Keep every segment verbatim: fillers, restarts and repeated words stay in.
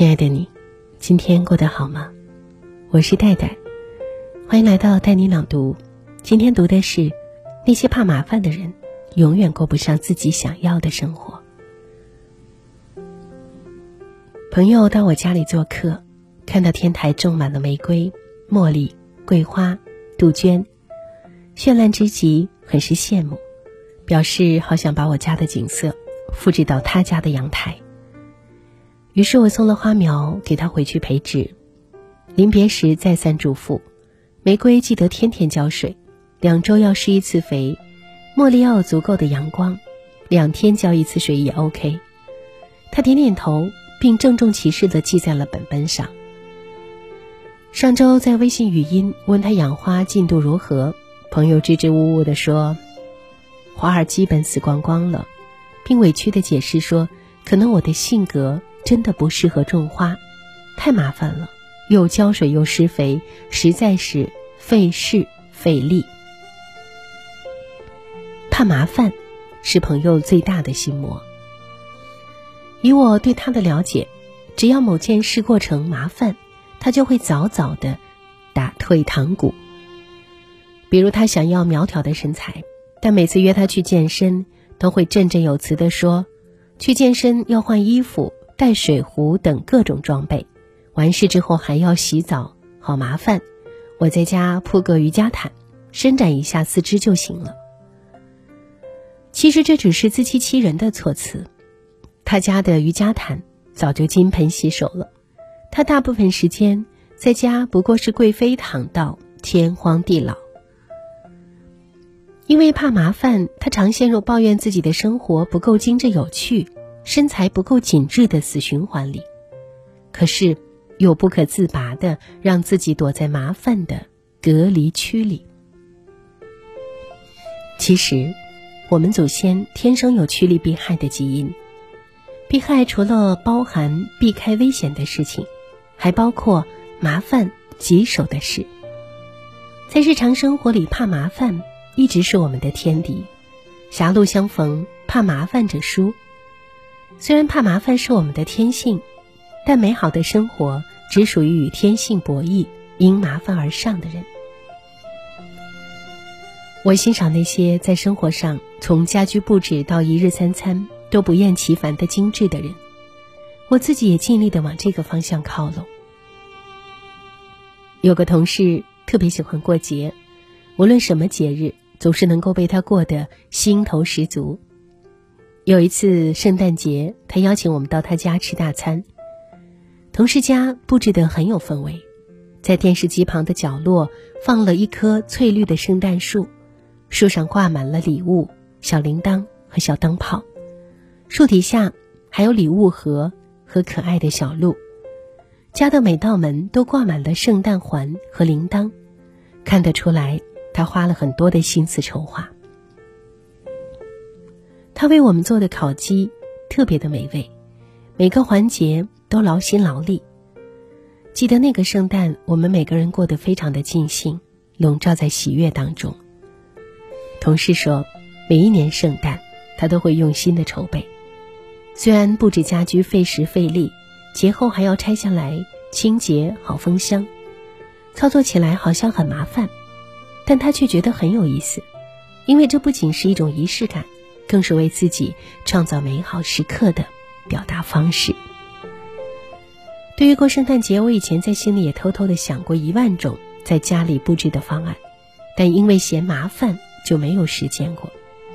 亲爱的你，今天过得好吗？我是戴戴，欢迎来到带你朗读。今天读的是那些怕麻烦的人永远过不上自己想要的生活。朋友到我家里做客，看到天台种满了玫瑰、茉莉、桂花、杜鹃，绚烂之极，很是羡慕，表示好想把我家的景色复制到他家的阳台。于是我送了花苗给他回去培植，临别时再三嘱咐，玫瑰记得天天浇水，两周要施一次肥，茉莉要有足够的阳光，两天浇一次水也 OK。 他点点头，并郑重其事地记在了本本上。上周在微信语音问他养花进度如何，朋友支支吾吾地说花儿基本死光光了，并委屈地解释说可能我的性格真的不适合种花，太麻烦了，又浇水又施肥，实在是费事费力。怕麻烦是朋友最大的心魔。以我对他的了解，只要某件事过程麻烦，他就会早早的打退堂鼓。比如他想要苗条的身材，但每次约他去健身，都会振振有词地说去健身要换衣服、带水壶等各种装备，完事之后还要洗澡，好麻烦，我在家铺个瑜伽毯，伸展一下四肢就行了。其实这只是自欺欺人的措辞，他家的瑜伽毯早就金盆洗手了，他大部分时间在家不过是贵妃躺到天荒地老。因为怕麻烦，他常陷入抱怨自己的生活不够精致有趣，身材不够紧致的死循环里，可是又不可自拔地让自己躲在麻烦的隔离区里。其实我们祖先天生有趋利避害的基因，避害除了包含避开危险的事情，还包括麻烦棘手的事。在日常生活里，怕麻烦一直是我们的天敌，狭路相逢怕麻烦者输。虽然怕麻烦是我们的天性，但美好的生活只属于与天性博弈、因麻烦而上的人。我欣赏那些在生活上从家居布置到一日三餐都不厌其烦的精致的人，我自己也尽力地往这个方向靠拢。有个同事特别喜欢过节，无论什么节日总是能够被他过得兴头十足。有一次圣诞节，他邀请我们到他家吃大餐，同事家布置得很有氛围，在电视机旁的角落放了一棵翠绿的圣诞树，树上挂满了礼物、小铃铛和小灯泡，树底下还有礼物盒和可爱的小鹿，家的每道门都挂满了圣诞环和铃铛，看得出来他花了很多的心思筹划。他为我们做的烤鸡特别的美味，每个环节都劳心劳力。记得那个圣诞，我们每个人过得非常的尽兴，笼罩在喜悦当中。同事说每一年圣诞他都会用心的筹备，虽然布置家居费时费力，节后还要拆下来清洁好封箱，操作起来好像很麻烦，但他却觉得很有意思，因为这不仅是一种仪式感，更是为自己创造美好时刻的表达方式。对于过圣诞节，我以前在心里也偷偷地想过一万种在家里布置的方案，但因为嫌麻烦就没有实践过。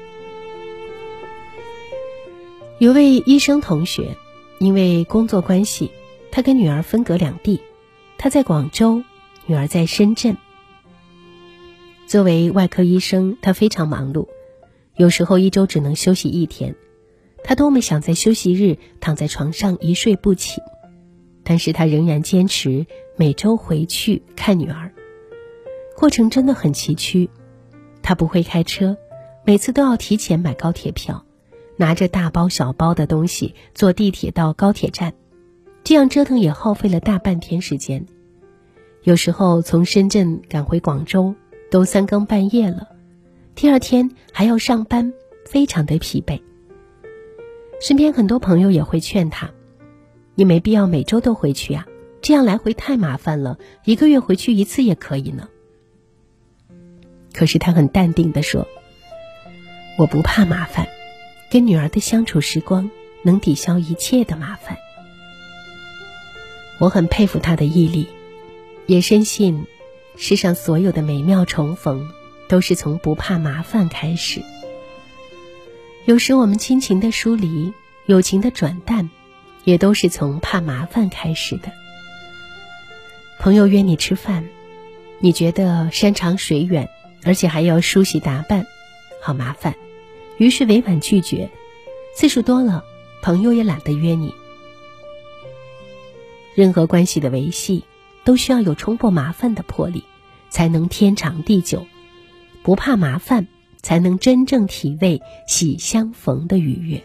有位医生同学，因为工作关系，他跟女儿分隔两地，他在广州，女儿在深圳。作为外科医生，他非常忙碌，有时候一周只能休息一天，他多么想在休息日躺在床上一睡不起，但是他仍然坚持每周回去看女儿。过程真的很崎岖，他不会开车，每次都要提前买高铁票，拿着大包小包的东西坐地铁到高铁站，这样折腾也耗费了大半天时间。有时候从深圳赶回广州都三更半夜了，第二天还要上班，非常的疲惫。身边很多朋友也会劝他， 你没必要每周都回去啊，这样来回太麻烦了，一个月回去一次也可以呢。可是他很淡定地说，我不怕麻烦，跟女儿的相处时光能抵消一切的麻烦。我很佩服他的毅力，也深信世上所有的美妙重逢都是从不怕麻烦开始。有时我们亲情的疏离，友情的转淡，也都是从怕麻烦开始的。朋友约你吃饭，你觉得山长水远，而且还要梳洗打扮，好麻烦，于是委婉拒绝。次数多了，朋友也懒得约你。任何关系的维系都需要有冲破麻烦的魄力，才能天长地久。不怕麻烦，才能真正体味喜相逢的愉悦。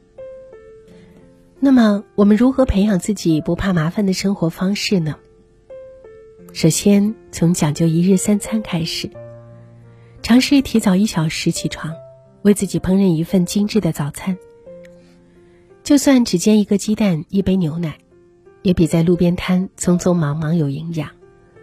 那么我们如何培养自己不怕麻烦的生活方式呢？首先从讲究一日三餐开始，尝试提早一小时起床，为自己烹饪一份精致的早餐。就算只煎一个鸡蛋一杯牛奶，也比在路边摊匆匆忙忙有营养。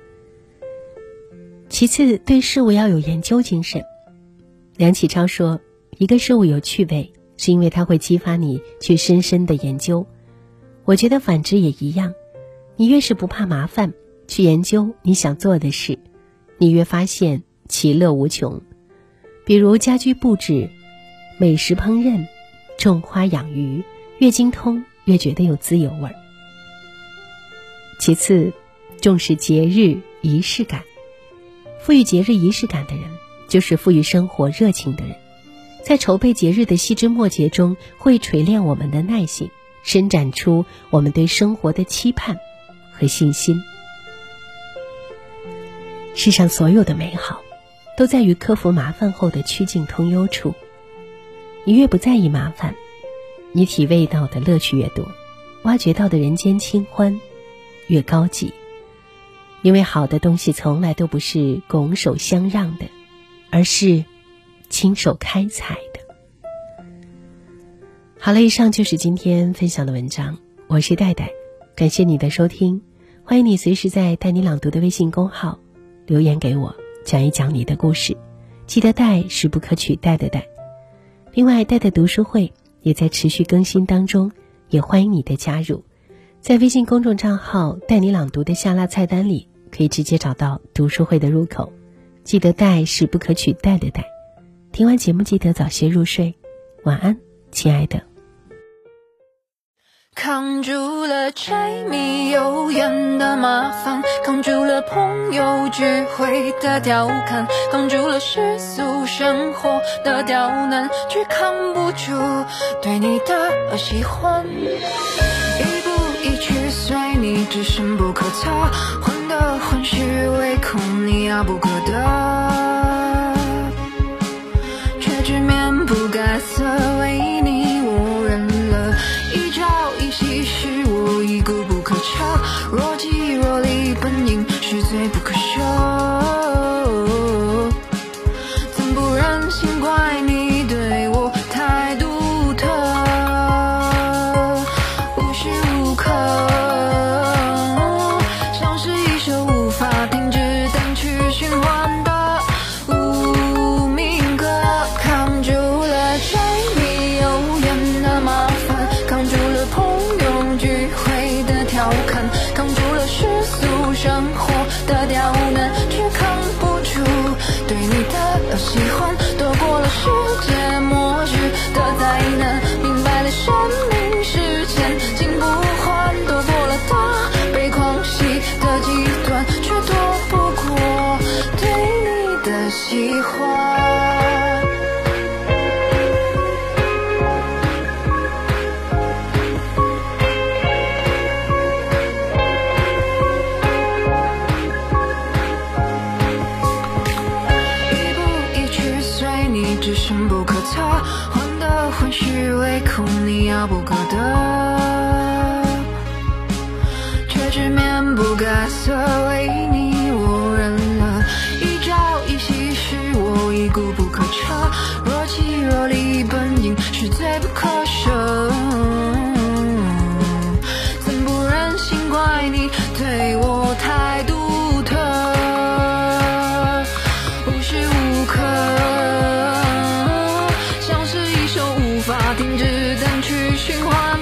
其次，对事物要有研究精神。梁启超说，一个事物有趣味，是因为它会激发你去深深的研究。我觉得反之也一样，你越是不怕麻烦，去研究你想做的事，你越发现其乐无穷。比如家居布置、美食烹饪、种花养鱼，越精通越觉得有滋有味。其次，重视节日仪式感。赋予节日仪式感的人，就是赋予生活热情的人。在筹备节日的细枝末节中，会锤炼我们的耐性，伸展出我们对生活的期盼和信心。世上所有的美好，都在于克服麻烦后的曲径通幽处。你越不在意麻烦，你体味到的乐趣越多，挖掘到的人间清欢越高级。因为好的东西从来都不是拱手相让的，而是亲手开采的。好了，以上就是今天分享的文章，我是戴戴，感谢你的收听，欢迎你随时在带你朗读的微信公号留言给我，讲一讲你的故事，记得戴是不可取代的戴。另外，戴的读书会也在持续更新当中，也欢迎你的加入。在微信公众账号带你朗读的下拉菜单里，可以直接找到读书会的入口。记得戴是不可取代的戴。听完节目记得早些入睡，晚安，亲爱的。 扛住了柴米油盐的麻烦，扛住了朋友聚会的调侃，扛住了世俗生活的刁难，却扛不住对你的喜欢。一步一趋随你，只深不可测，患得患失唯恐你遥不可得，却直面不改色，为你我认了，一朝一夕是我已固不可彻，若即若离本应是罪不可赦，怎不忍心怪你对我太独特，无时无刻像是一首无法停止单曲循环的无名歌，扛住了柴米油盐的麻烦，扛住了朋友聚会的调侃，扛住了世俗生活的刁难，却扛不住对你的喜欢，躲过了世界末日的灾难，明白了生命是千金不换，躲过了大悲狂喜的极端，却躲不过对你的喜欢。只深不可测，患得患失唯恐你遥不可得，却直面不改色，为你我认了，一朝一夕是我已固不可彻，若即若离本应是罪不可赦，怎不可，像是一首无法停止单曲循环